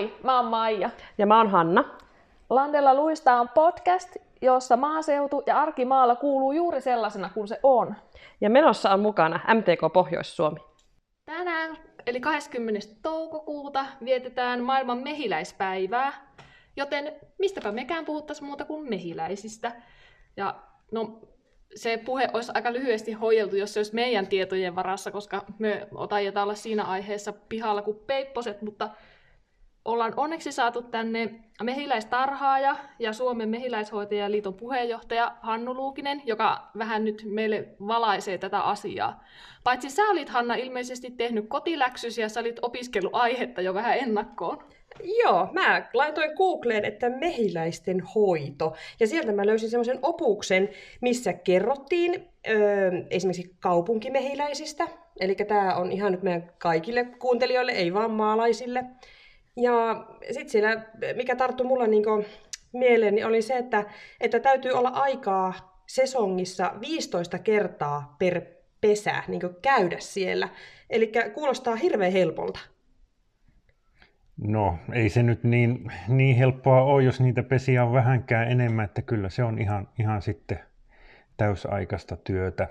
Moi, mä oon Maija. Ja mä oon Hanna. Landella luistaa on podcast, jossa maaseutu ja arki maalla kuuluu juuri sellaisena kuin se on. Ja menossa on mukana MTK Pohjois-Suomi. Tänään, eli 20. toukokuuta, vietetään maailman mehiläispäivää. Joten mistäpä mekään puhuttaisiin muuta kuin mehiläisistä. Ja no, se puhe olisi aika lyhyesti hoideltu, jos se olisi meidän tietojen varassa, koska me taidetaan olla siinä aiheessa pihalla kuin peipposet, mutta ollaan onneksi saatu tänne mehiläistarhaaja ja Suomen mehiläishoitajaliiton puheenjohtaja Hannu Luukinen, joka vähän nyt meille valaisee tätä asiaa. Paitsi sä olit, Hanna, ilmeisesti tehnyt kotiläksysi ja sä olit opiskellut aihetta jo vähän ennakkoon. Joo, mä laitoin Googleen, että mehiläisten hoito. Ja sieltä mä löysin semmoisen opuksen, missä kerrottiin esimerkiksi kaupunkimehiläisistä. Eli tämä on ihan nyt meidän kaikille kuuntelijoille, ei vaan maalaisille. Ja sitten siellä, mikä tarttui mulla mieleen, niin oli se, että täytyy olla aikaa sesongissa 15 kertaa per pesä käydä siellä. Eli kuulostaa hirveän helpolta. No, ei se nyt niin helppoa ole, jos niitä pesiä on vähänkään enemmän, että kyllä se on ihan sitten täysaikaista työtä,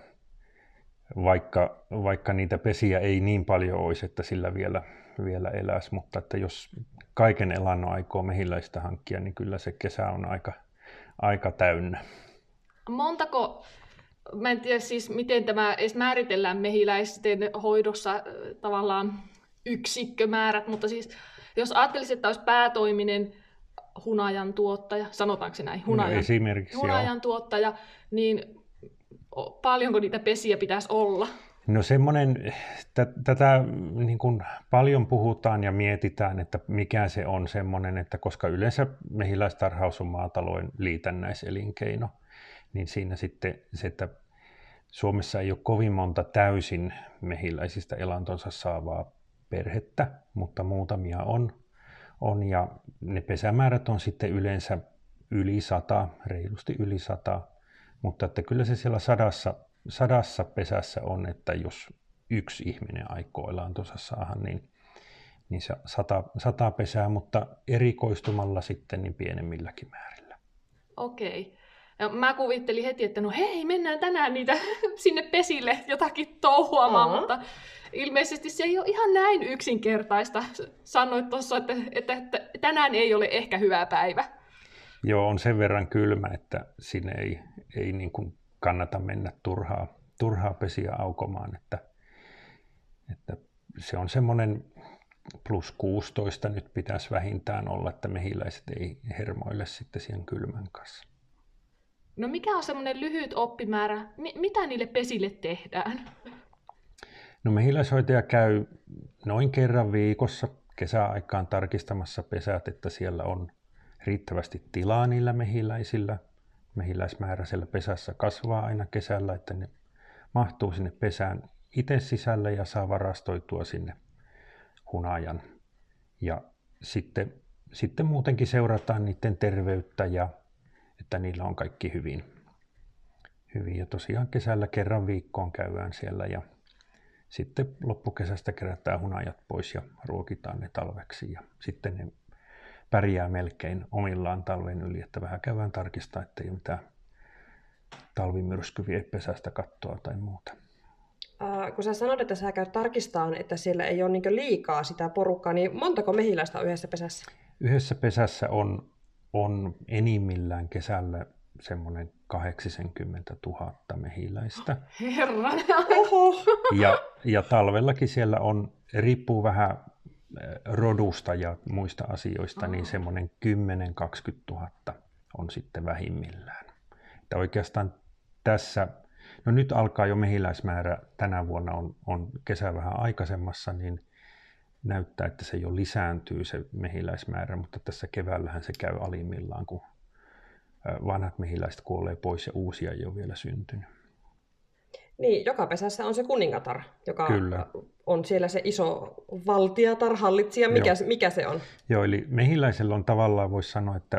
vaikka niitä pesiä ei niin paljon olisi, että sillä vielä eläisi, mutta että jos kaiken elannon aikoo mehiläistä hankkia, niin kyllä se kesä on aika täynnä. Montako, mä en tiedä siis miten tämä edes määritellään mehiläisten hoidossa tavallaan yksikkömäärät, mutta siis jos ajattelisit, että olisi päätoiminen hunajan tuottaja, sanotaanko se näin, hunajan tuottaja, niin paljonko niitä pesiä pitäisi olla? No semmoinen, tätä niin kuin paljon puhutaan ja mietitään, että mikä se on semmoinen, että koska yleensä mehiläistarhaus on maatalouden liitännäiselinkeino, niin siinä sitten se, että Suomessa ei ole kovin monta täysin mehiläisistä elantonsa saavaa perhettä, mutta muutamia on ja ne pesämäärät on sitten yleensä yli 100, reilusti yli 100, mutta että kyllä se siellä sadassa pesässä on, että jos yksi ihminen aikoo elantonsa saada, niin se 100 pesää, mutta erikoistumalla sitten niin pienemmilläkin määrillä. Okei. Ja mä kuvittelin heti, että no hei, mennään tänään niitä sinne pesille jotakin touhuamaan, mutta ilmeisesti se ei ole ihan näin yksinkertaista. Sanoit tuossa, että tänään ei ole ehkä hyvä päivä. Joo, on sen verran kylmä, että sinne ei niin kuin kannata mennä turhaa pesiä aukomaan, että se on semmoinen plus 16 nyt pitäisi vähintään olla, että mehiläiset ei hermoille sitten siihen kylmän kanssa. No mikä on semmoinen lyhyt oppimäärä? Mitä niille pesille tehdään? No mehiläishoitaja käy noin kerran viikossa kesäaikaan tarkistamassa pesät, että siellä on riittävästi tilaa niillä mehiläisillä. Mehiläismäärä siellä pesässä kasvaa aina kesällä, että ne mahtuu sinne pesään itse sisälle ja saa varastoitua sinne hunajan. Ja sitten muutenkin seurataan niiden terveyttä ja että niillä on kaikki hyvin. Ja tosiaan kesällä kerran viikkoon käydään siellä ja sitten loppukesästä kerätään hunajat pois ja ruokitaan ne talveksi ja sitten ne pärjää melkein omillaan talven yli, että vähän käydään tarkistaa, ettei ole mitään talvimyrsky vie pesästä kattoa tai muuta. Kun sä sanot, että sä käyt tarkistamaan, että siellä ei ole liikaa sitä porukkaa, niin montako mehiläistä on yhdessä pesässä? Yhdessä pesässä on enimmillään kesällä semmoinen 80 000 mehiläistä. Herran! Ja talvellakin siellä on, riippuu vähän rodusta ja muista asioista, niin semmoinen 10-20 000 on sitten vähimmillään. Että oikeastaan tässä, no nyt alkaa jo mehiläismäärä, tänä vuonna on kesä vähän aikaisemmassa, niin näyttää, että se jo lisääntyy se mehiläismäärä, mutta tässä keväällähän se käy alimmillaan, kun vanhat mehiläiset kuolee pois ja uusia ei ole vielä syntynyt. Niin, joka pesässä on se kuningatar, joka Kyllä. On siellä se iso valtiatar, hallitsija, mikä se on? Joo, eli mehiläisellä on tavallaan, voisi sanoa, että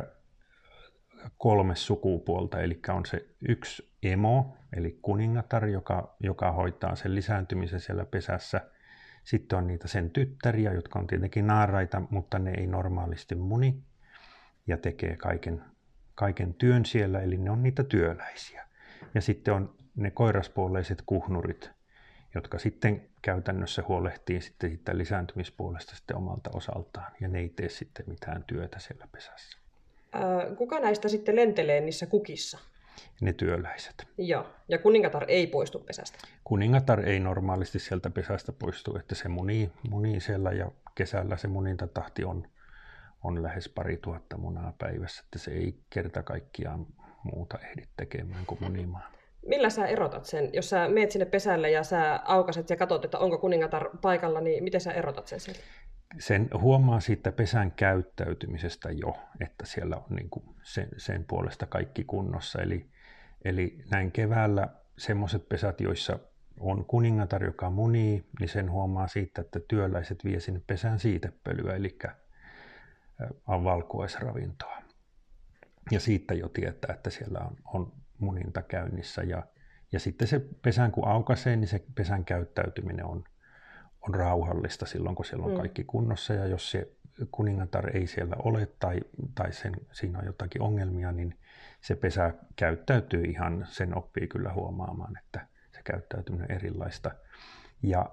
3 sukupuolta, eli on se yksi emo, eli kuningatar, joka hoitaa sen lisääntymisen siellä pesässä. Sitten on niitä sen tyttäriä, jotka on tietenkin naaraita, mutta ne ei normaalisti muni ja tekee kaiken työn siellä, eli ne on niitä työläisiä. Ja sitten on ne koiraspuoleiset kuhnurit, jotka sitten käytännössä huolehtii sitten siitä lisääntymispuolesta sitten omalta osaltaan, ja ne ei tee sitten mitään työtä siellä pesässä. Kuka näistä sitten lentelee niissä kukissa? Ne työläiset. Joo, ja kuningatar ei poistu pesästä. Kuningatar ei normaalisti sieltä pesästä poistu, että se munii siellä, ja kesällä se munintatahti on lähes 2000 munaa päivässä, että se ei kerta kaikkiaan muuta ehdi tekemään kuin munimaan. Millä sä erotat sen? Jos sä meet sinne pesälle ja sä aukaset ja katsot, että onko kuningatar paikalla, niin miten sä erotat sen sieltä? Sen huomaa siitä pesän käyttäytymisestä jo, että siellä on niin kuin sen puolesta kaikki kunnossa. Eli näin keväällä semmoiset pesät, joissa on kuningatar, joka munii, niin sen huomaa siitä, että työläiset vie sinne pesään siitepölyä, eli valkuaisravintoa. Ja siitä jo tietää, että siellä on muninta käynnissä. Ja sitten se pesän kun aukaisee, niin se pesän käyttäytyminen on rauhallista silloin, kun siellä on kaikki kunnossa. Ja jos se kuningatar ei siellä ole tai siinä on jotakin ongelmia, niin se pesä käyttäytyy ihan, sen oppii kyllä huomaamaan, että se käyttäytyminen on erilaista. Ja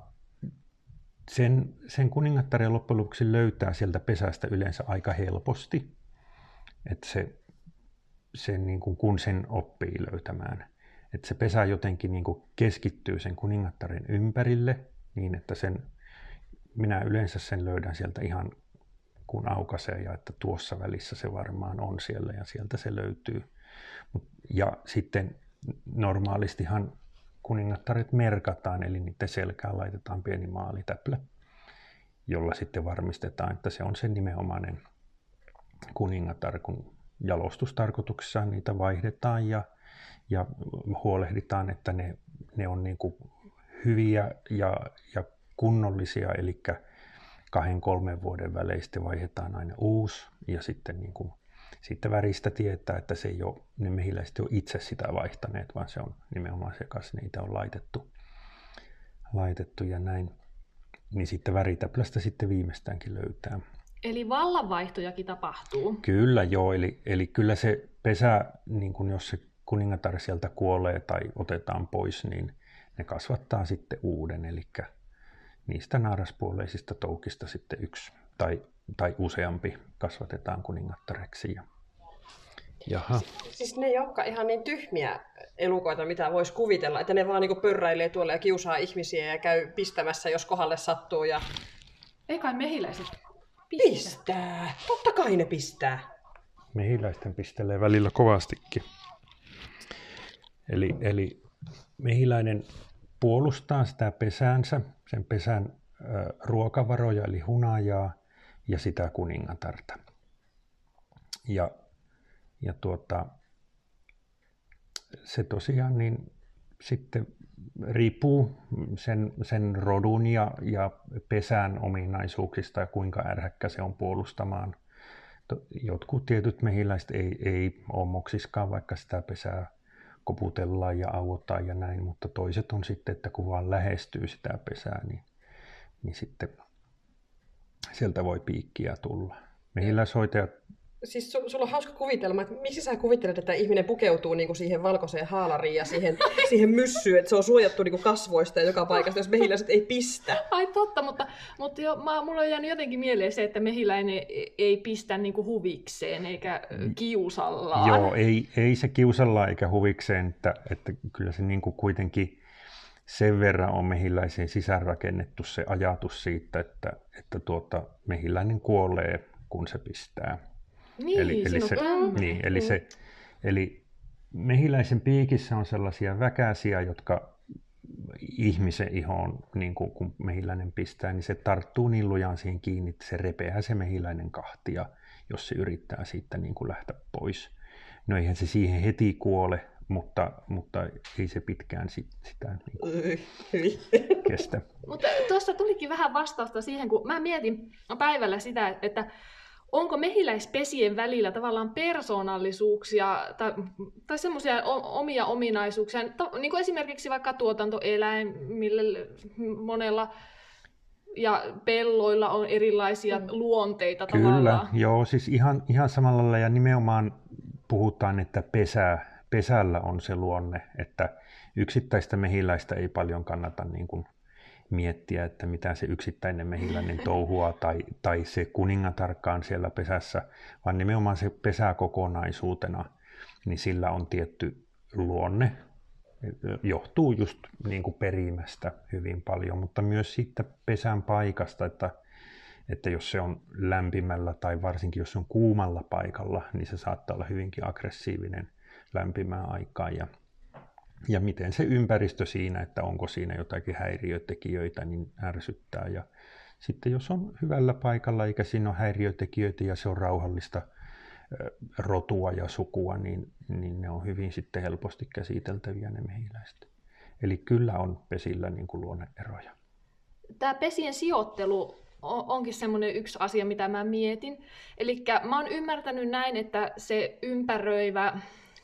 sen kuningattaren loppujen lopuksi löytää sieltä pesästä yleensä aika helposti, että se niin kuin, kun sen oppii löytämään. Että se pesä jotenkin niin kuin keskittyy sen kuningattaren ympärille niin, että minä yleensä sen löydän sieltä ihan kun aukaisee ja että tuossa välissä se varmaan on siellä ja sieltä se löytyy. Ja sitten normaalistihan kuningattaret merkataan, eli niiden selkään laitetaan pieni maalitäplä, jolla sitten varmistetaan, että se on se nimenomainen kuningatar, kun jalostustarkoituksessa niitä vaihdetaan ja huolehditaan, että ne on niin kuin hyviä ja kunnollisia, eli 2-3 vuoden välein sitten vaihdetaan aina uusi, ja sitten niin kuin siitä väristä tietää, että ne mehiläiset ei ole itse sitä vaihtaneet, vaan se on nimenomaan se, kas niitä on laitettu ja näin. Niin sitten väritäplästä sitten viimeistäänkin löytää. Eli vallanvaihtojakin tapahtuu? Kyllä joo, eli kyllä se pesä, niin kun jos se kuningatar sieltä kuolee tai otetaan pois, niin ne kasvattaa sitten uuden, eli niistä naaraspuoleisista toukista sitten yksi tai useampi kasvatetaan kuningattareksi. Jaha. Siis ne ei olekaan ihan niin tyhmiä elukoita, mitä voisi kuvitella, että ne vaan niin pörräilee tuolla ja kiusaa ihmisiä ja käy pistämässä, jos kohdalle sattuu. Ja... Ei kai mehiläiset pistää. Totta kai ne pistää. Mehiläisten pistelee välillä kovastikin. Eli mehiläinen puolustaa sitä pesäänsä, sen pesän ruokavaroja eli hunajaa ja sitä kuningatarta. Ja se tosiaan niin sitten riippuu sen rodun ja pesän ominaisuuksista ja kuinka ärhäkkä se on puolustamaan. Jotkut tietyt mehiläiset ei ole moksiskaan, vaikka sitä pesää koputellaan ja auotaan ja näin, mutta toiset on sitten, että kun vaan lähestyy sitä pesää, niin sitten sieltä voi piikkiä tulla. Mehiläishoitajat... Siis sulla on hauska kuvitelma, että miksi sä kuvittelet, että ihminen pukeutuu niinku siihen valkoiseen haalariin ja siihen myssyyn, että se on suojattu niinku kasvoista ja joka paikasta, jos mehiläiset ei pistä? Ai totta, mutta mulla on jäänyt jotenkin mieleen se, että mehiläinen ei pistä niinku huvikseen eikä kiusallaan. Joo, ei se kiusallaan eikä huvikseen, että kyllä se niinku kuitenkin sen verran on mehiläiseen sisäänrakennettu se ajatus siitä, että mehiläinen kuolee, kun se pistää. Eli mehiläisen piikissä on sellaisia väkäsiä, jotka ihmisen ihoon, niin kun mehiläinen pistää, niin se tarttuu niin lujaan siihen kiinni, että se repeää se mehiläinen kahtia, jos se yrittää siitä niin kuin lähteä pois. No eihän se siihen heti kuole, mutta ei se pitkään sitä niin kestä. Mutta tuossa tulikin vähän vastausta siihen, kun mä mietin päivällä sitä, että onko mehiläispesien välillä tavallaan persoonallisuuksia tai semmoisia omia ominaisuuksia, niin kuin esimerkiksi vaikka tuotantoeläimillä monella ja pelloilla on erilaisia luonteita Kyllä, tavallaan. joo, siis ihan samalla lailla ja nimenomaan puhutaan, että pesällä on se luonne, että yksittäistä mehiläistä ei paljon kannata niin kuin miettiä, että mitä se yksittäinen mehiläinen touhua tai se kuningatarkkaan siellä pesässä, vaan nimenomaan se pesä kokonaisuutena, niin sillä on tietty luonne. Johtuu just niin kuin perimästä hyvin paljon, mutta myös siitä pesän paikasta, että jos se on lämpimällä tai varsinkin jos se on kuumalla paikalla, niin se saattaa olla hyvinkin aggressiivinen lämpimään aikaan. Ja miten se ympäristö siinä, että onko siinä jotakin häiriötekijöitä, niin ärsyttää. Ja sitten jos on hyvällä paikalla eikä siinä ole häiriötekijöitä ja se on rauhallista rotua ja sukua, niin ne on hyvin sitten helposti käsiteltäviä ne mehiläiset. Eli kyllä on pesillä niin kuin luonne-eroja. Tämä pesien sijoittelu onkin semmoinen yksi asia, mitä mä mietin. Eli mä oon ymmärtänyt näin, että se ympäröivä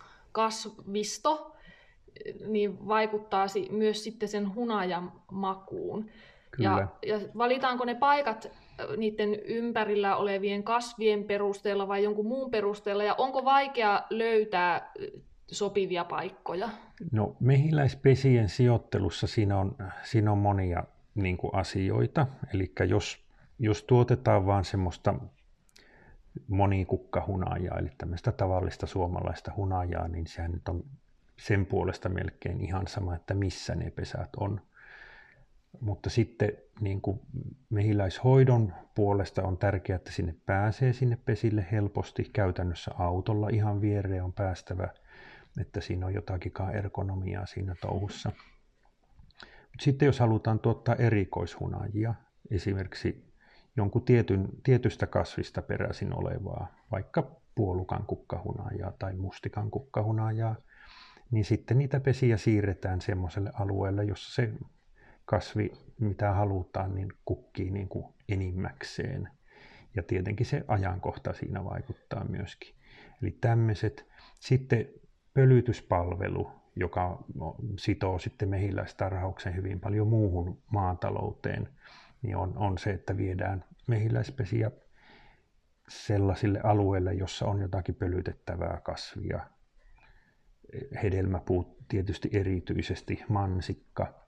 kasvisto niin vaikuttaa myös sitten sen hunajan makuun. Ja valitaanko ne paikat niiden ympärillä olevien kasvien perusteella vai jonkun muun perusteella, ja onko vaikea löytää sopivia paikkoja? No mehiläispesien sijoittelussa siinä on monia niin kuin asioita, eli jos tuotetaan vaan semmoista monikukkahunajaa, eli tämmöistä tavallista suomalaista hunajaa, niin sehän nyt on sen puolesta melkein ihan sama, että missä ne pesät on. Mutta sitten niin kuin mehiläishoidon puolesta on tärkeää, että sinne pääsee sinne pesille helposti. Käytännössä autolla ihan viereen on päästävä, että siinä on jotakinkaan ergonomiaa siinä touhussa. Mutta sitten jos halutaan tuottaa erikoishunajia, esimerkiksi jonkun tietystä kasvista peräisin olevaa, vaikka puolukan kukkahunajaa tai mustikan kukkahunajaa, niin sitten niitä pesiä siirretään semmoiselle alueelle, jossa se kasvi, mitä halutaan, niin kukkii niin kuin enimmäkseen. Ja tietenkin se ajankohta siinä vaikuttaa myöskin. Eli tämmöiset. Sitten pölytyspalvelu, joka sitoo sitten mehiläistarhauksen hyvin paljon muuhun maatalouteen, niin on se, että viedään mehiläispesiä sellaisille alueille, jossa on jotakin pölytettävää kasvia. Hedelmäpuut tietysti erityisesti, mansikka,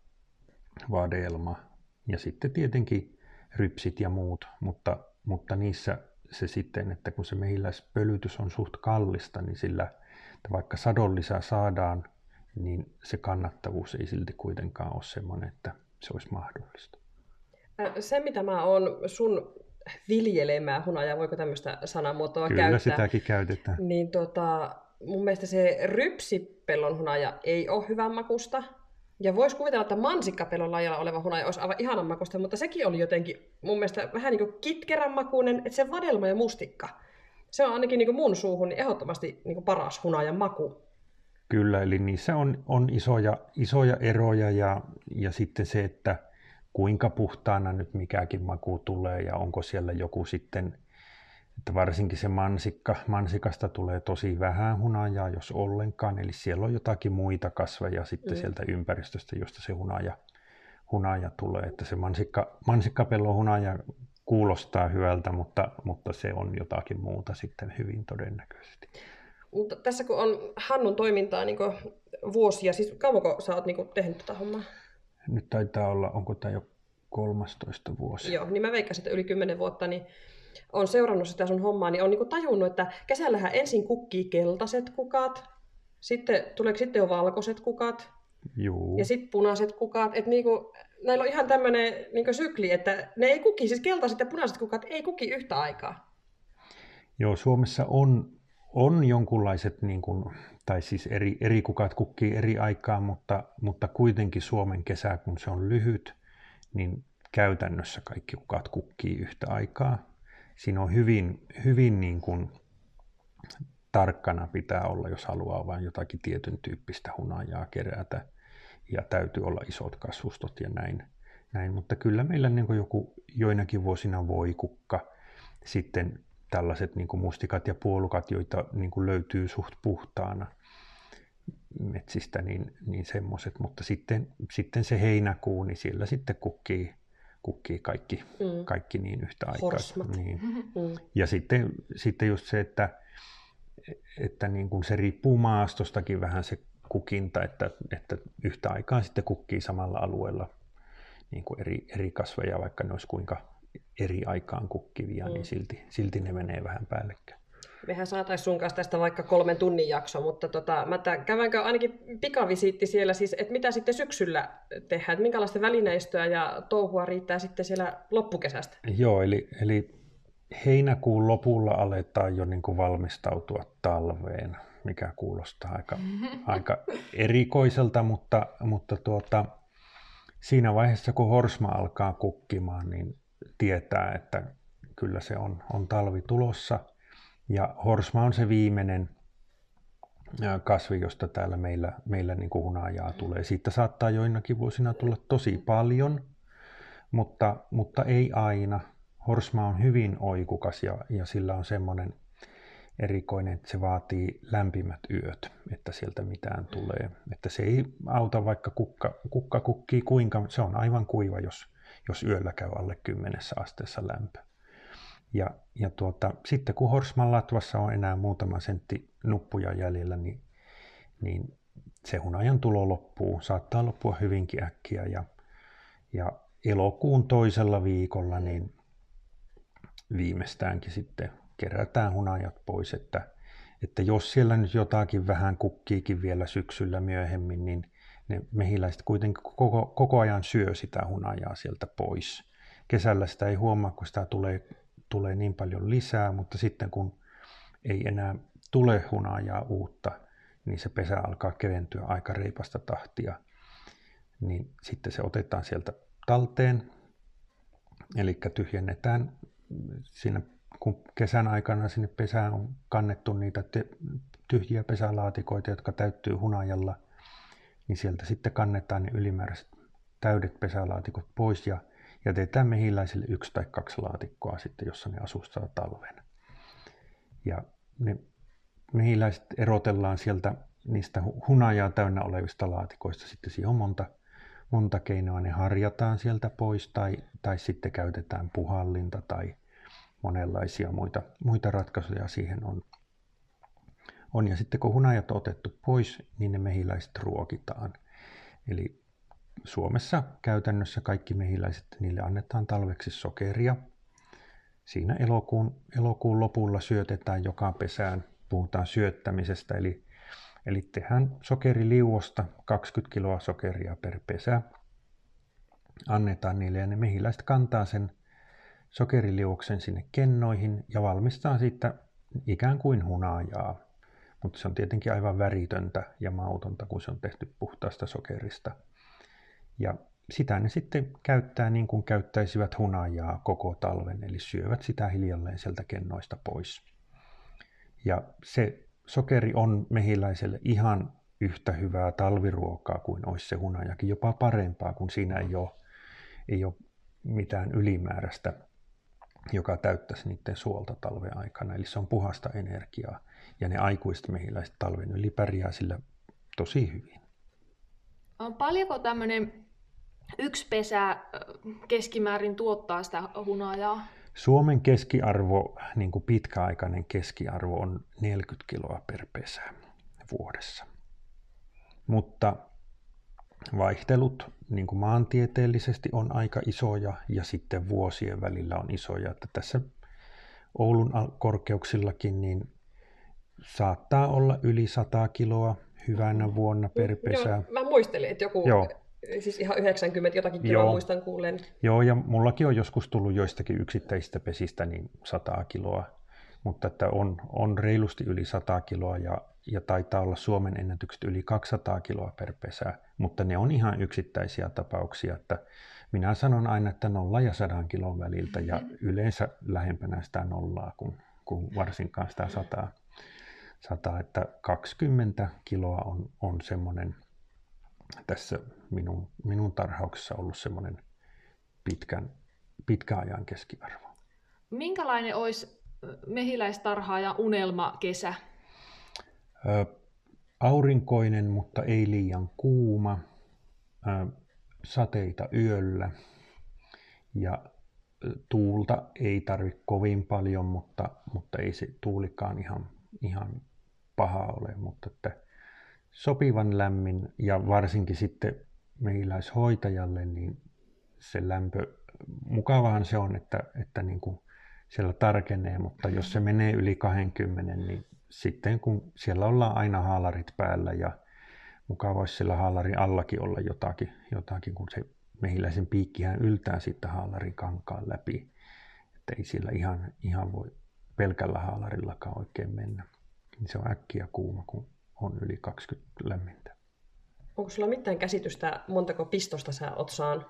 vadelma ja sitten tietenkin rypsit ja muut, mutta niissä se sitten, että kun se mehiläispölytys on suht kallista, niin sillä, että vaikka sadonlisää saadaan, niin se kannattavuus ei silti kuitenkaan ole semmoinen, että se olisi mahdollista. Se, mitä mä oon sun viljelemää hunajaa, voiko tämmöistä sanamuotoa Kyllä, käyttää? Kyllä, sitäkin käytetään. Niin mun mielestä se rypsipellon hunaja ei ole hyvän makusta. Ja voisi kuvitella, että mansikkapellon lajilla oleva hunaja olisi aivan ihanan makusta, mutta sekin oli jotenkin mun mielestä vähän niin kuin kitkerän makuinen, että se vadelma ja mustikka, se on ainakin niin kuin mun suuhun niin ehdottomasti niin kuin paras hunajan maku. Kyllä, eli niissä on isoja eroja ja sitten se, että kuinka puhtaana nyt mikäkin maku tulee ja onko siellä joku sitten, että varsinkin se mansikasta tulee tosi vähän hunajaa, jos ollenkaan, eli siellä on jotakin muita kasveja sitten sieltä ympäristöstä, josta se hunaja tulee, että se mansikkapellon hunaja kuulostaa hyvältä, mutta se on jotakin muuta sitten hyvin todennäköisesti. Mutta tässä kun on Hannun toimintaa niin vuosia, siis kauanko sä oot niin tehnyt tätä hommaa? Nyt taitaa olla, onko tämä jo 13 vuosi? Joo, niin mä veikkasin, että yli 10 vuotta, niin on seurannut sitä sun hommaa, niin on niin tajunnut, että kesällähän ensin kukkii keltaiset kukat, tuleeko sitten jo valkoiset kukat, Juu. ja sitten punaiset kukat. Että niinku, näillä on ihan tämmöinen niinku sykli, että ne ei kuki, siis keltaiset ja punaiset kukat ei kuki yhtä aikaa. Joo, Suomessa on jonkunlaiset, niin kuin, tai siis eri kukat kukkii eri aikaa, mutta kuitenkin Suomen kesä, kun se on lyhyt, niin käytännössä kaikki kukat kukkii yhtä aikaa. Siinä on hyvin niin kuin tarkkana pitää olla, jos haluaa vain jotakin tietyn tyyppistä hunajaa kerätä, ja täytyy olla isot kasvustot ja näin. Mutta kyllä meillä niin kuin joinakin vuosina voikukka, sitten tällaiset niin kuin mustikat ja puolukat, joita niin kuin löytyy suht puhtaana metsistä, niin semmoiset. Mutta sitten se heinäkuu, niin siellä sitten kukkii kukkii kaikki niin yhtä aikaa. Horsmat. Niin. Ja sitten just se, että niin kuin se riippuu maastostakin vähän se kukinta, että yhtä aikaa sitten kukkii samalla alueella niin kuin eri kasveja, vaikka ne olisi kuinka eri aikaan kukkivia, niin silti ne menee vähän päällekkäin. Mehän saataisiin sun kanssa tästä vaikka 3 tunnin jakso, mutta käydäänkö ainakin pikavisiitti siellä, siis, että mitä sitten syksyllä tehdään, että minkälaista välineistöä ja touhua riittää sitten siellä loppukesästä? Joo, eli heinäkuun lopulla aletaan jo niin kuin valmistautua talveen, mikä kuulostaa aika erikoiselta, mutta siinä vaiheessa, kun horsma alkaa kukkimaan, niin tietää, että kyllä se on talvi tulossa. Ja horsma on se viimeinen kasvi, josta täällä meillä niin kuin hunajaa tulee. Siitä saattaa joinakin vuosina tulla tosi paljon, mutta ei aina. Horsma on hyvin oikukas ja sillä on semmoinen erikoinen, että se vaatii lämpimät yöt, että sieltä mitään tulee. Että se ei auta, vaikka kukka kukkii kuinka, se on aivan kuiva, jos yöllä käy alle 10 asteessa lämpö. Ja sitten kun horsman latvassa on enää muutama sentti nuppuja jäljellä, niin se hunajan tulo saattaa loppua hyvinkin äkkiä. Ja elokuun toisella viikolla niin viimeistäänkin sitten kerätään hunajat pois, että jos siellä nyt jotakin vähän kukkiikin vielä syksyllä myöhemmin, niin ne mehiläiset kuitenkin koko ajan syö sitä hunajaa sieltä pois. Kesällä sitä ei huomaa, kun sitä tulee niin paljon lisää, mutta sitten kun ei enää tule hunajaa uutta, niin se pesä alkaa keventyä aika reipasta tahtia. Niin sitten se otetaan sieltä talteen, eli tyhjennetään siinä, kun kesän aikana sinne pesään on kannettu niitä tyhjiä pesälaatikoita, jotka täyttyy hunajalla, niin sieltä sitten kannetaan ne ylimääräiset täydet pesälaatikot pois ja jätetään mehiläisille 1 tai 2 laatikkoa sitten, jossa ne asustaa talven. Ja ne mehiläiset erotellaan sieltä niistä hunajaa täynnä olevista laatikoista. Sitten siihen on monta keinoa. Ne harjataan sieltä pois tai sitten käytetään puhallinta tai monenlaisia muita ratkaisuja siihen on. Ja sitten kun hunajat on otettu pois, niin ne mehiläiset ruokitaan. Eli Suomessa käytännössä kaikki mehiläiset, niille annetaan talveksi sokeria. Siinä elokuun lopulla syötetään joka pesään, puhutaan syöttämisestä, eli tehdään sokeriliuosta 20 kiloa sokeria per pesä. Annetaan niille ja ne mehiläiset kantaa sen sokeriliuoksen sinne kennoihin ja valmistaa siitä ikään kuin hunajaa. Mutta se on tietenkin aivan väritöntä ja mautonta, kun se on tehty puhtaasta sokerista. Ja sitä ne sitten käyttää niin kuin käyttäisivät hunajaa koko talven, eli syövät sitä hiljalleen sieltä kennoista pois. Ja se sokeri on mehiläiselle ihan yhtä hyvää talviruokaa kuin olisi se hunajakin, jopa parempaa, kun siinä ei ole mitään ylimääräistä, joka täyttäisi niiden suolta talven aikana. Eli se on puhasta energiaa ja ne aikuiset mehiläiset talven yli pärjää sillä tosi hyvin. Paljonko tämmöinen yksi pesä keskimäärin tuottaa sitä hunajaa? Suomen keskiarvo, niin kuin pitkäaikainen keskiarvo, on 40 kiloa per pesä vuodessa. Mutta vaihtelut niin kuin maantieteellisesti on aika isoja ja sitten vuosien välillä on isoja. Että tässä Oulun korkeuksillakin niin saattaa olla yli 100 kiloa hyvänä vuonna per pesä. Joo, mä muistelin, että joku... Joo. Siis ihan 90 jotakin kiloa muistan kuulleen. Joo, ja mullakin on joskus tullut joistakin yksittäisistä pesistä niin 100 kiloa, mutta että on reilusti yli 100 kiloa ja taitaa olla Suomen ennätykset yli 200 kiloa per pesä, mutta ne on ihan yksittäisiä tapauksia, että minä sanon aina, että 0 ja 100 kilon väliltä ja yleensä lähempänä sitä 0 kuin varsinkaan sitä 100, että 20 kiloa on semmoinen tässä minun tarhauksessa ollut semmoinen pitkän ajan keskiarvo. Minkälainen olisi mehiläistarhaajan unelmakesä? Aurinkoinen, mutta ei liian kuuma, sateita yöllä Ja tuulta ei tarvitse kovin paljon, mutta ei se tuulikaan ihan paha ole, mutta että sopivan lämmin ja varsinkin sitten mehiläishoitajalle niin se lämpö, mukavahan se on, että niin kuin siellä tarkenee, mutta jos se menee yli 20, niin sitten kun siellä ollaan aina haalarit päällä ja mukava olisi siellä haalarin allakin olla jotakin kun se mehiläisen piikkihän yltää sitten haalarin kankaan läpi, että ei siellä ihan voi pelkällä haalarillakaan oikein mennä. Niin se on äkkiä kuuma, kun on yli 20 lämmintä. Onko sulla mitään käsitystä, montako pistosta sä oot saanut?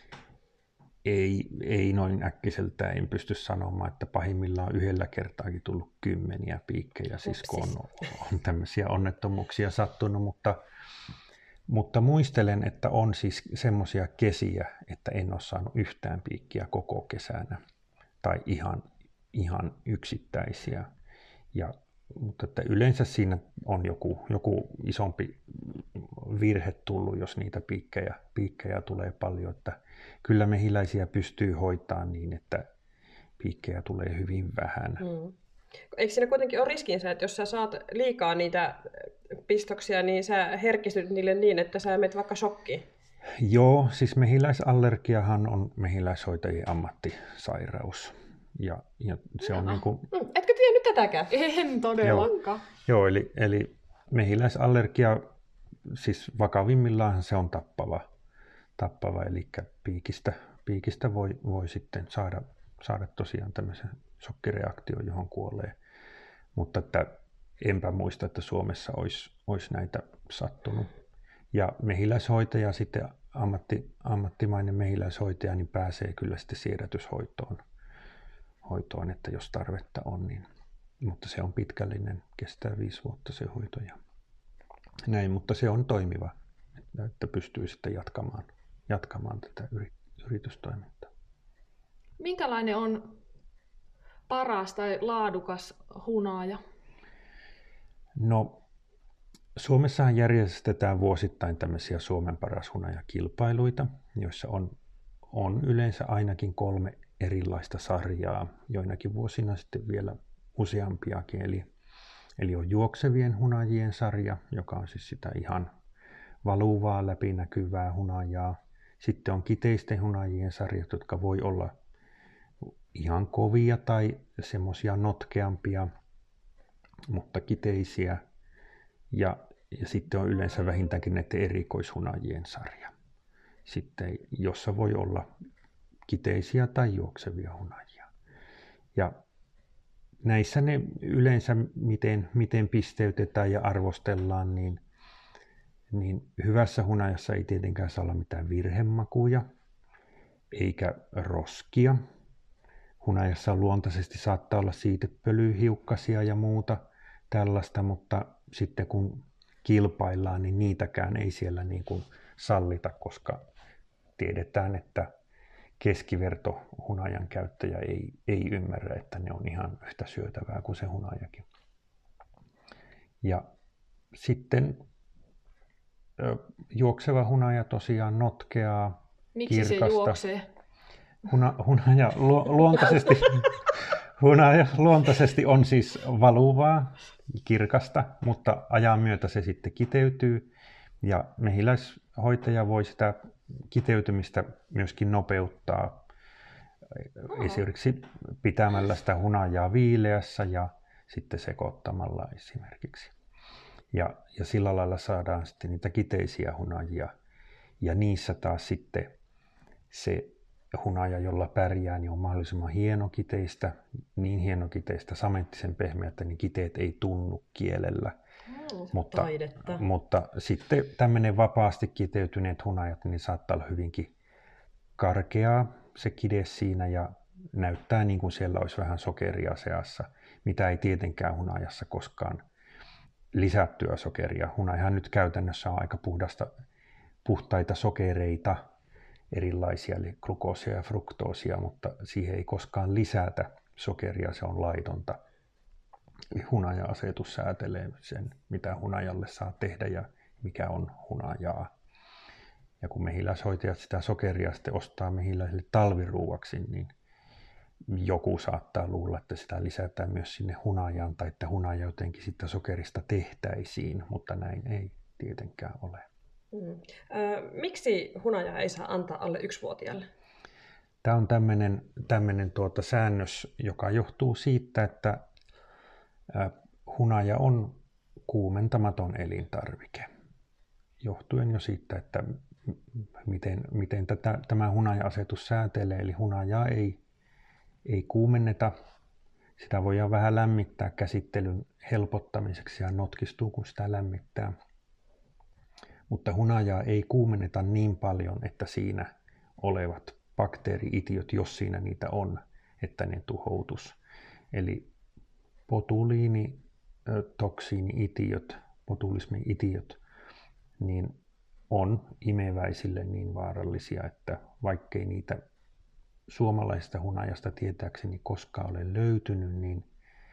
Ei noin äkkiseltään, en pysty sanomaan, että pahimmillaan yhdellä kertaakin tullut 10 piikkejä, siis kun on tämmöisiä onnettomuuksia sattunut, mutta muistelen, että on siis semmoisia kesiä, että en ole saanut yhtään piikkiä koko kesänä tai ihan yksittäisiä. Mutta että yleensä siinä on joku isompi virhe tullut, jos niitä piikkejä tulee paljon. Että kyllä mehiläisiä pystyy hoitamaan niin, että piikkejä tulee hyvin vähän. Eikö siinä kuitenkin ole riskinsä, että jos sä saat liikaa niitä pistoksia, niin sä herkistyt niille niin, että sä menet vaikka shokkiin? Joo, siis mehiläisallergiahan on mehiläishoitajien ammattisairaus. Ja se on niin kuin... Etkö tiennyt tätäkään? En todellakaan. Joo, eli mehiläisallergia, siis vakavimmillaan se on tappava eli piikistä voi sitten saada tosiaan tämmöisen shokkireaktion, johon kuolee. Mutta että enpä muista, että Suomessa olisi näitä sattunut. Ja mehiläishoitaja sitten, ammattimainen mehiläishoitaja, niin pääsee kyllä sitten siedätyshoitoon, että jos tarvetta on, niin, mutta se on pitkällinen, kestää 5 vuotta se hoito ja näin, mutta se on toimiva, että pystyy sitten jatkamaan tätä yritystoimintaa. Minkälainen on paras tai laadukas hunaja? No, Suomessahan järjestetään vuosittain tämmöisiä Suomen paras hunaja-kilpailuita, joissa on yleensä ainakin 3 erilaista sarjaa, joinakin vuosina sitten vielä useampiakin. Eli on juoksevien hunajien sarja, joka on siis sitä ihan valuvaa, läpinäkyvää hunajaa. Sitten on kiteisten hunajien sarjat, jotka voi olla ihan kovia tai semmoisia notkeampia, mutta kiteisiä. Ja sitten on yleensä vähintäänkin näiden erikoishunajien sarja, sitten, jossa voi olla kiteisiä tai juoksevia hunajia. Ja näissä ne yleensä, miten pisteytetään ja arvostellaan, niin hyvässä hunajassa ei tietenkään saa olla mitään virhemakuja eikä roskia. Hunajassa luontaisesti saattaa olla siitepölyhiukkasia ja muuta tällaista, mutta sitten kun kilpaillaan, niin niitäkään ei siellä niin kuin sallita, koska tiedetään, että keskiverto hunajan käyttäjä ei ymmärrä, että ne on ihan yhtä syötävää kuin se hunajakin. Ja sitten juokseva hunaja tosiaan notkeaa, Miksi kirkasta. se juoksee? Hunaja luontaisesti on siis valuvaa, kirkasta, mutta ajan myötä se sitten kiteytyy. Ja mehiläishoitaja voi sitä kiteytymistä myöskin nopeuttaa esimerkiksi pitämällä sitä hunajaa viileässä ja sitten sekoittamalla esimerkiksi. Ja sillä lailla saadaan sitten niitä kiteisiä hunajia ja niissä taas sitten se hunaja, jolla pärjää, niin on mahdollisimman hienokiteistä, niin hienokiteistä, samettisen pehmeätä, niin kiteet ei tunnu kielellä. Mutta sitten tämmöinen vapaasti kiteytyneet hunajat, niin saattaa olla hyvinkin karkeaa se kide siinä ja näyttää niin kuin siellä olisi vähän sokeria seassa, mitä ei tietenkään hunajassa koskaan lisättyä sokeria. Hunajahan nyt käytännössä on aika puhtaita sokereita, erilaisia, eli glukoosia ja fruktoosia, mutta siihen ei koskaan lisätä sokeria, se on laitonta. Hunaja-asetus säätelee sen, mitä hunajalle saa tehdä ja mikä on hunajaa. Ja kun mehiläishoitajat sitä sokeria sitten ostaa mehiläisille talviruuaksi, niin joku saattaa luulla, että sitä lisätään myös sinne hunajaan tai että hunaja jotenkin sitä sokerista tehtäisiin, mutta näin ei tietenkään ole. Miksi hunajaa ei saa antaa alle 1-vuotiaalle? Tämä on tämmöinen säännös, joka johtuu siitä, että hunaja on kuumentamaton elintarvike. Johtuen jo siitä, että miten tämä hunaja-asetus säätelee, eli hunajaa ei kuumenneta. Sitä voidaan vähän lämmittää käsittelyn helpottamiseksi ja notkistuu, kun sitä lämmittää. Mutta hunajaa ei kuumenneta niin paljon, että siinä olevat bakteeri-itiöt, jos siinä niitä on, että ne tuhoutus. Eli botuliinitoksiini-itiöt, botulismi-itiöt, niin on imeväisille niin vaarallisia, että vaikkei niitä suomalaisesta hunajasta tietääkseni koskaan ole löytynyt, niin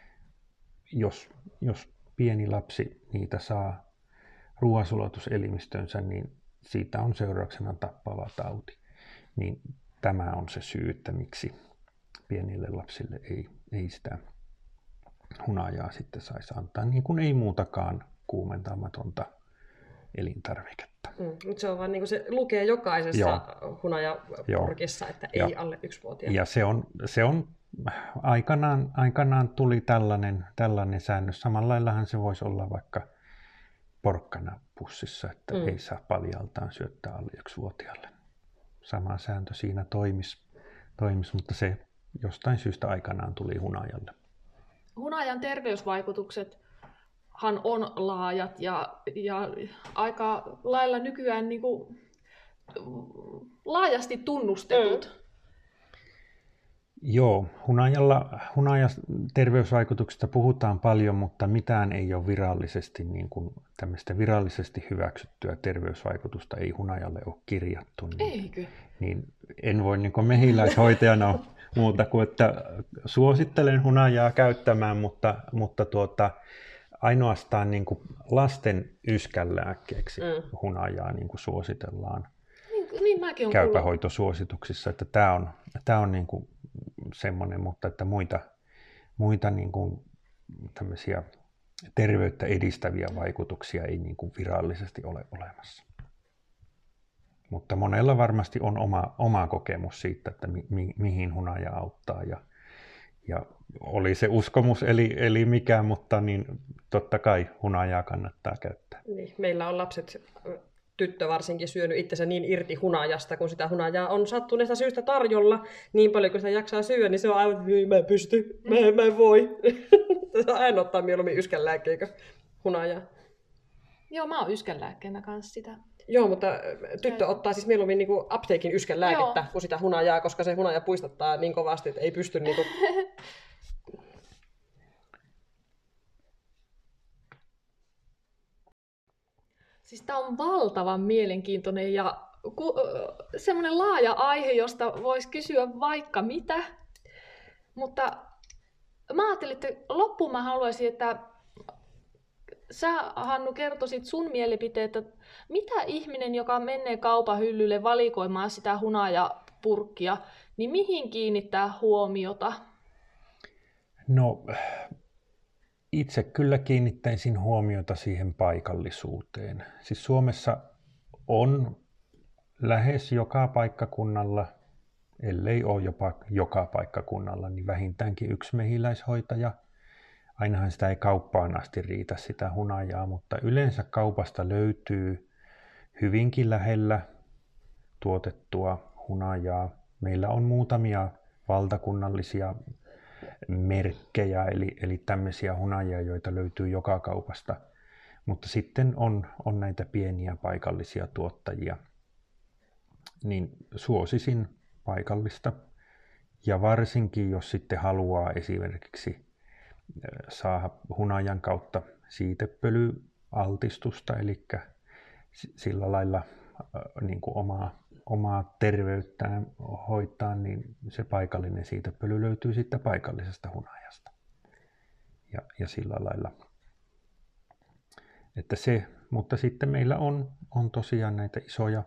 jos pieni lapsi niitä saa ruoansulatuselimistönsä, niin siitä on seurauksena tappava tauti. Niin tämä on se syy, että miksi pienille lapsille ei sitä hunajaa sitten saisi antaa, niin kuin ei muutakaan kuumentamatonta elintarviketta. Mutta se on vaan niin kuin se lukee jokaisessa hunajapurkissa, että ei alle 1-vuotiaille. Ja se on aikanaan tuli tällainen säännös. Samalla laillahan se voisi olla vaikka porkkanapussissa, että ei saa paljaltaan syöttää alle 1-vuotiaalle. Sama sääntö siinä toimisi, mutta se jostain syystä aikanaan tuli hunajalle. Hunajan terveysvaikutuksethan on laajat ja aika lailla nykyään niin kuin laajasti tunnustetut. Joo, hunajan terveysvaikutuksista puhutaan paljon, mutta mitään ei ole virallisesti, niin kuin tämmöistä virallisesti hyväksyttyä terveysvaikutusta ei hunajalle ole kirjattu. Eikö? Niin en voi niin kuin mehiläishoitajana muuta kuin, että suosittelen hunajaa käyttämään, mutta ainoastaan niin kuin lasten yskänlääkkeeksi hunajaa niin kuin suositellaan Niin mäkin olen käypähoitosuosituksissa, että tämä on niin kuin semmoinen, mutta että muita niin kuin tämmöisiä terveyttä edistäviä vaikutuksia ei niin kuin virallisesti ole olemassa. Mutta monella varmasti on oma kokemus siitä, että mihin hunaja auttaa ja oli se uskomus eli mikä, mutta niin totta kai hunajaa kannattaa käyttää. Niin, meillä on lapset, tyttö varsinkin, syönyt itsensä niin irti hunajasta, kun sitä hunajaa on sattuneesta syystä tarjolla niin paljon, kun sitä jaksaa syödä, niin se on aivan, mä en pysty, mä en voi. Aina ottaa mieluummin yskänlääkkeen hunajaa. Joo, mä oon yskänlääkkeenä kanssa sitä. Joo, mutta tyttö ottaa siis mieluummin niin kuin apteekin yskänlääkettä kuin sitä hunajaa, koska se hunaja puistattaa niin kovasti, että ei pysty niin kuin... Siis tää on valtavan mielenkiintoinen ja semmoinen laaja aihe, josta voisi kysyä vaikka mitä. Mutta mä ajattelin, että loppuun mä haluaisin, että sä, Hannu, kertoisit sun mielipiteet, että mitä ihminen, joka menee kaupan hyllylle valikoimaan sitä hunajapurkkia, niin mihin kiinnittää huomiota? No, itse kyllä kiinnittäisin huomiota siihen paikallisuuteen. Siis Suomessa on lähes joka paikkakunnalla, ellei ole jopa joka paikkakunnalla, niin vähintäänkin yksi mehiläishoitaja. Ainahan sitä ei kauppaan asti riitä sitä hunajaa, mutta yleensä kaupasta löytyy hyvinkin lähellä tuotettua hunajaa. Meillä on muutamia valtakunnallisia merkkejä, eli tämmöisiä hunajia, joita löytyy joka kaupasta. Mutta sitten on näitä pieniä paikallisia tuottajia. Niin suosisin paikallista. Ja varsinkin, jos sitten haluaa esimerkiksi saada hunajan kautta siitepölyaltistusta, eli sillä lailla niin kuin omaa terveyttään hoitaa, niin se paikallinen siitepöly löytyy sitten paikallisesta hunajasta. Ja sillä lailla. Että se, mutta sitten meillä on tosiaan näitä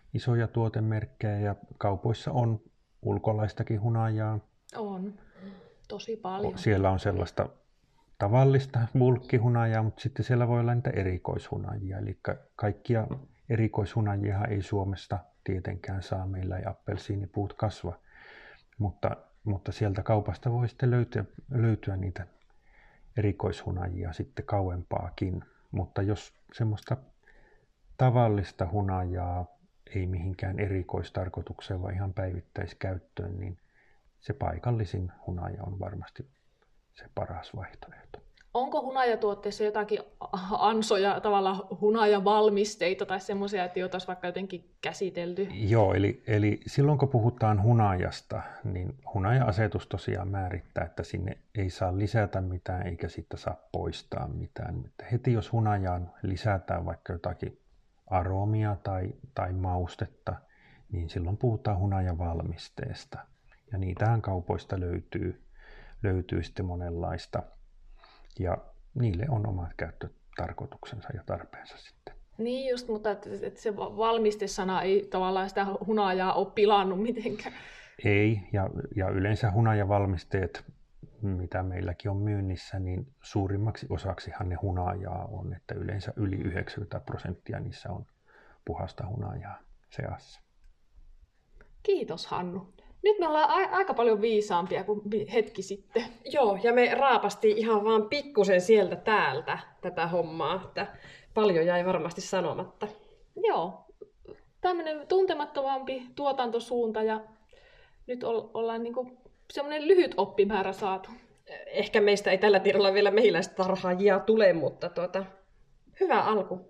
isoja tuotemerkkejä ja kaupoissa on ulkolaistakin hunajaa. On. Tosi paljon. Siellä on sellaista tavallista bulkkihunajaa, mutta sitten siellä voi olla niitä erikoishunajia. Eli kaikkia erikoishunajia ei Suomesta tietenkään saa, meillä ei appelsiinipuut kasva. Mutta sieltä kaupasta voi sitten löytyä niitä erikoishunajia sitten kauempaakin. Mutta jos semmoista tavallista hunajaa ei mihinkään erikoistarkoitukseen, vaan ihan päivittäiskäyttöön, niin se paikallisin hunaja on varmasti se paras vaihtoehto. Onko hunajatuotteissa jotakin ansoja, tavallaan hunajavalmisteita tai semmoisia, että joita olisi vaikka jotenkin käsitelty? Joo, eli silloin kun puhutaan hunajasta, niin hunaja-asetus tosiaan määrittää, että sinne ei saa lisätä mitään eikä siitä saa poistaa mitään. Heti jos hunajaan lisätään vaikka jotakin aromia tai maustetta, niin silloin puhutaan hunajavalmisteesta. Ja niitähän kaupoista löytyy sitten monenlaista. Ja niille on omat käyttötarkoituksensa ja tarpeensa sitten. Niin just, mutta että se valmistesana ei tavallaan sitä hunajaa ole pilannut mitenkään. Ei, ja yleensä hunajavalmisteet, mitä meilläkin on myynnissä, niin suurimmaksi osaksihan ne hunajaa on, että yleensä yli 90% niissä on puhasta hunajaa seassa. Kiitos Hannu. Nyt me ollaan aika paljon viisaampia kuin hetki sitten. Joo, ja me raapastiin ihan vaan pikkusen sieltä täältä tätä hommaa, että paljon jäi varmasti sanomatta. Joo, tämmöinen tuntemattomampi tuotantosuunta ja nyt ollaan niinku semmoinen lyhyt oppimäärä saatu. Ehkä meistä ei tällä tiedolla vielä mehiläistarhaajia tule, mutta hyvä alku.